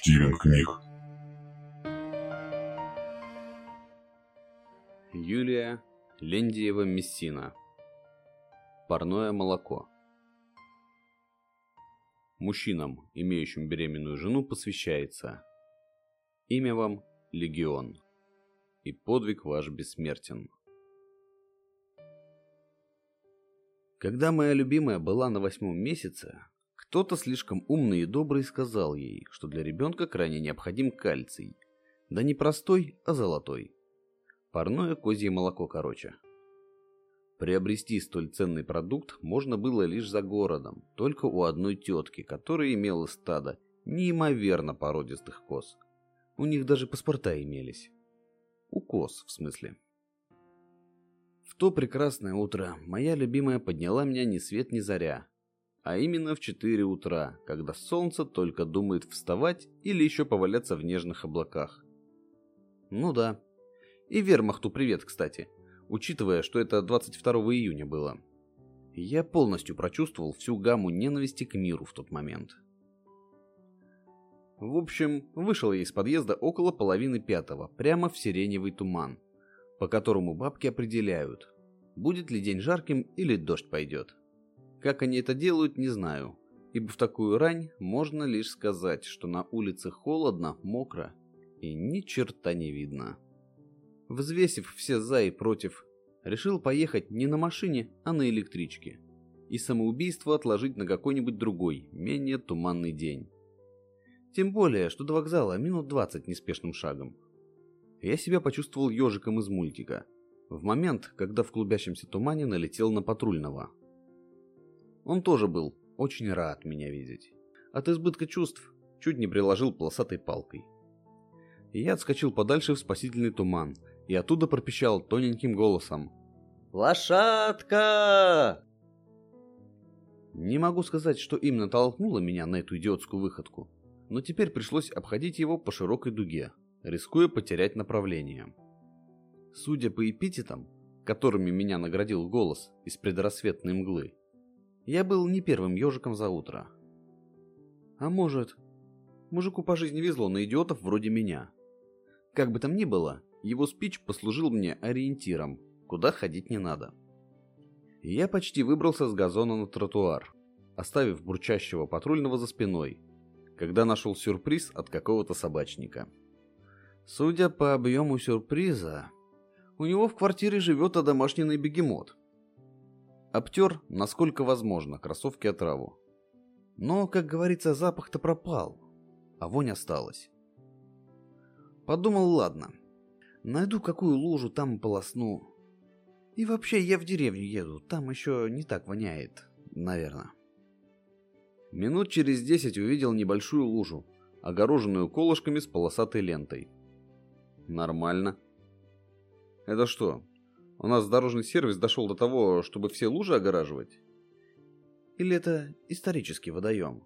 Стивен книг. Юлия Лендиева-Мессина. Парное молоко. Мужчинам, имеющим беременную жену, посвящается: имя вам Легион, и подвиг ваш бессмертен. Когда моя любимая была на 8-м месяце, кто-то слишком умный и добрый сказал ей, что для ребенка крайне необходим кальций. Да не простой, а золотой. Парное козье молоко, короче. Приобрести столь ценный продукт можно было лишь за городом, только у одной тетки, которая имела стадо неимоверно породистых коз. У них даже паспорта имелись. У коз, в смысле. В то прекрасное утро моя любимая подняла меня ни свет ни заря, а именно в 4 утра, когда солнце только думает вставать или еще поваляться в нежных облаках. Ну да. И вермахту привет, кстати, учитывая, что это 22 июня было. Я полностью прочувствовал всю гамму ненависти к миру в тот момент. В общем, вышел я из подъезда около 4:30, прямо в сиреневый туман, по которому бабки определяют, будет ли день жарким или дождь пойдет. Как они это делают, не знаю, ибо в такую рань можно лишь сказать, что на улице холодно, мокро и ни черта не видно. Взвесив все за и против, решил поехать не на машине, а на электричке, и самоубийство отложить на какой-нибудь другой, менее туманный день. Тем более, что до вокзала минут 20 неспешным шагом. Я себя почувствовал ежиком из мультика, в момент, когда в клубящемся тумане налетел на патрульного. Он тоже был очень рад меня видеть. От избытка чувств чуть не приложил полосатой палкой. Я отскочил подальше в спасительный туман и оттуда пропищал тоненьким голосом: «Лошадка!» Не могу сказать, что именно толкнуло меня на эту идиотскую выходку, но теперь пришлось обходить его по широкой дуге, рискуя потерять направление. Судя по эпитетам, которыми меня наградил голос из предрассветной мглы, я был не первым ежиком за утро. А может, мужику по жизни везло на идиотов вроде меня. Как бы там ни было, его спич послужил мне ориентиром, куда ходить не надо. Я почти выбрался с газона на тротуар, оставив бурчащего патрульного за спиной, когда нашел сюрприз от какого-то собачника. Судя по объему сюрприза, у него в квартире живет одомашненный бегемот. Обтер, насколько возможно, кроссовки о траву. Но, как говорится, запах-то пропал, а вонь осталась. Подумал, ладно, найду какую лужу, там полосну. И вообще, я в деревню еду, там еще не так воняет, наверное. Минут через 10 увидел небольшую лужу, огороженную колышками с полосатой лентой. Нормально. Это что, у нас дорожный сервис дошел до того, чтобы все лужи огораживать? Или это исторический водоем?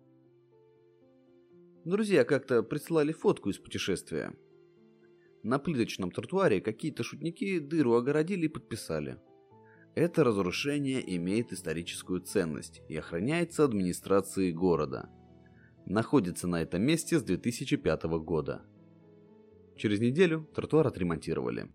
Друзья как-то присылали фотку из путешествия. На плиточном тротуаре какие-то шутники дыру огородили и подписали: это разрушение имеет историческую ценность и охраняется администрацией города. Находится на этом месте с 2005 года. Через неделю тротуар отремонтировали.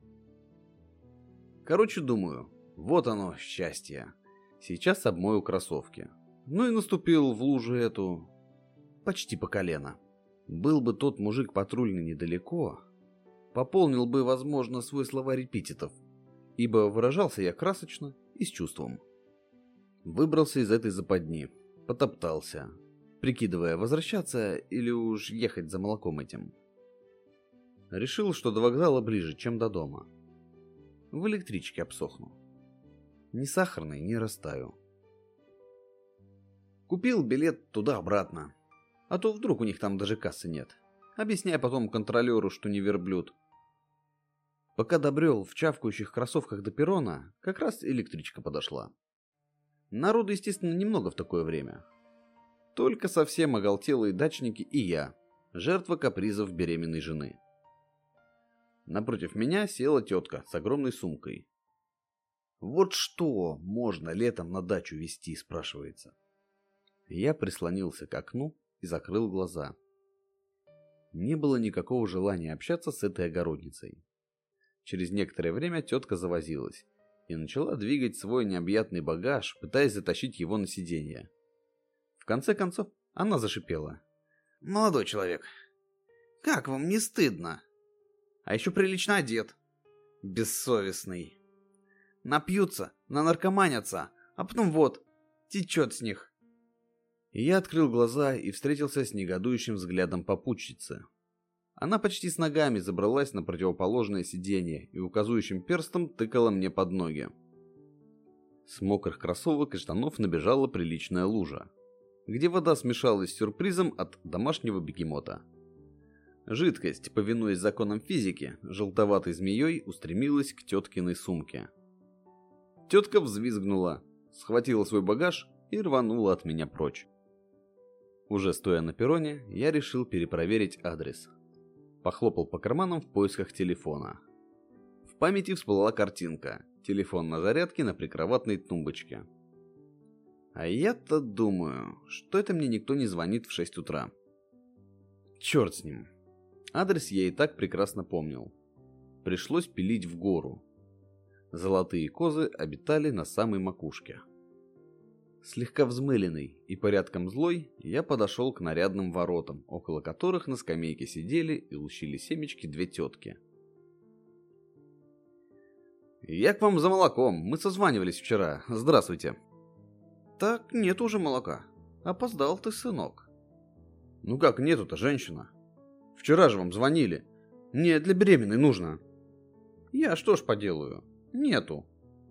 Короче, думаю, вот оно, счастье. Сейчас обмою кроссовки. Ну и наступил в лужу эту почти по колено. Был бы тот мужик патрульный недалеко, пополнил бы, возможно, свой словарь эпитетов, ибо выражался я красочно и с чувством. Выбрался из этой западни, потоптался, прикидывая, возвращаться или уж ехать за молоком этим. Решил, что до вокзала ближе, чем до дома. В электричке обсохну. Ни сахарный, не растаю. Купил билет туда-обратно. А то вдруг у них там даже кассы нет. Объясняя потом контролеру, что не верблюд. Пока добрел в чавкающих кроссовках до перрона, как раз электричка подошла. Народу, естественно, немного в такое время. Только совсем оголтелые дачники и я, жертва капризов беременной жены. Напротив меня села тетка с огромной сумкой. Вот что можно летом на дачу везти, спрашивается. Я прислонился к окну и закрыл глаза. Не было никакого желания общаться с этой огородницей. Через некоторое время тетка завозилась и начала двигать свой необъятный багаж, пытаясь затащить его на сиденье. В конце концов, она зашипела. «Молодой человек, как вам не стыдно? А еще прилично одет. Бессовестный. Напьются, нанаркоманятся, а потом вот, течет с них». И я открыл глаза и встретился с негодующим взглядом попутчицы. Она почти с ногами забралась на противоположное сиденье и указующим перстом тыкала мне под ноги. С мокрых кроссовок и штанов набежала приличная лужа, где вода смешалась с сюрпризом от домашнего бегемота. Жидкость, повинуясь законам физики, желтоватой змеей устремилась к теткиной сумке. Тетка взвизгнула, схватила свой багаж и рванула от меня прочь. Уже стоя на перроне, я решил перепроверить адрес. Похлопал по карманам в поисках телефона. В памяти всплыла картинка. Телефон на зарядке на прикроватной тумбочке. А я-то думаю, что это мне никто не звонит в 6 утра. Черт с ним. Адрес я и так прекрасно помнил. Пришлось пилить в гору. Золотые козы обитали на самой макушке. Слегка взмыленный и порядком злой, я подошел к нарядным воротам, около которых на скамейке сидели и лущили семечки две тетки. «Я к вам за молоком. Мы созванивались вчера. Здравствуйте». «Так нет уже молока. Опоздал ты, сынок». «Ну как нету-то, женщина? Вчера же вам звонили. Мне для беременной нужно». «Я что ж поделаю? Нету».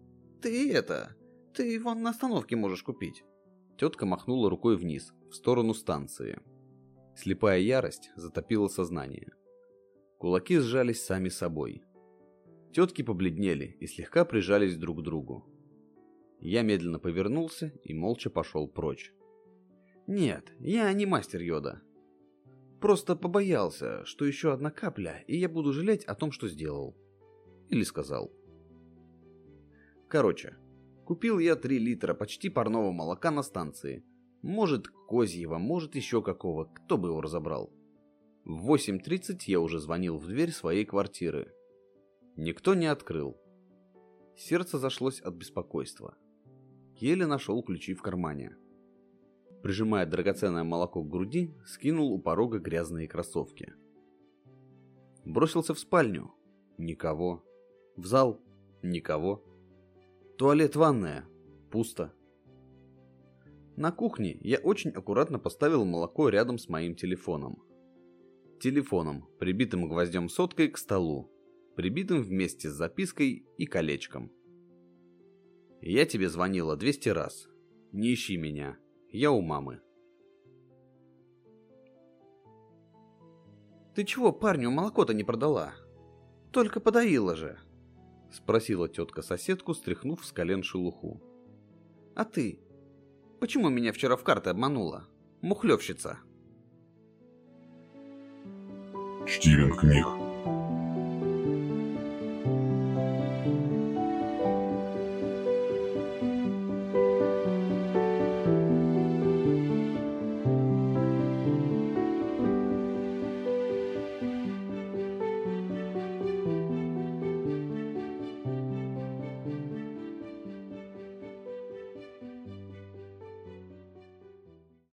Ты вон на остановке можешь купить». Тетка махнула рукой вниз, в сторону станции. Слепая ярость затопила сознание. Кулаки сжались сами собой. Тетки побледнели и слегка прижались друг к другу. Я медленно повернулся и молча пошел прочь. Нет, я не мастер Йода. Просто побоялся, что еще одна капля, и я буду жалеть о том, что сделал. Или сказал. Короче, купил я 3 литра почти парного молока на станции. Может, козьего, может, еще какого, кто бы его разобрал. В 8:30 я уже звонил в дверь своей квартиры. Никто не открыл. Сердце зашлось от беспокойства. Еле нашел ключи в кармане. Прижимая драгоценное молоко к груди, скинул у порога грязные кроссовки. Бросился в спальню. Никого. В зал. Никого. Туалет-ванная. Пусто. На кухне я очень аккуратно поставил молоко рядом с моим телефоном. Телефоном, прибитым гвоздем соткой к столу, прибитым вместе с запиской и колечком. Я тебе звонила 200 раз. Не ищи меня. Я у мамы. «Ты чего парню молоко-то не продала? Только подоила же!» — спросила тетка соседку, стряхнув с колен шелуху. «А ты? Почему меня вчера в карты обманула? Мухлевщица!» Стивен Книг.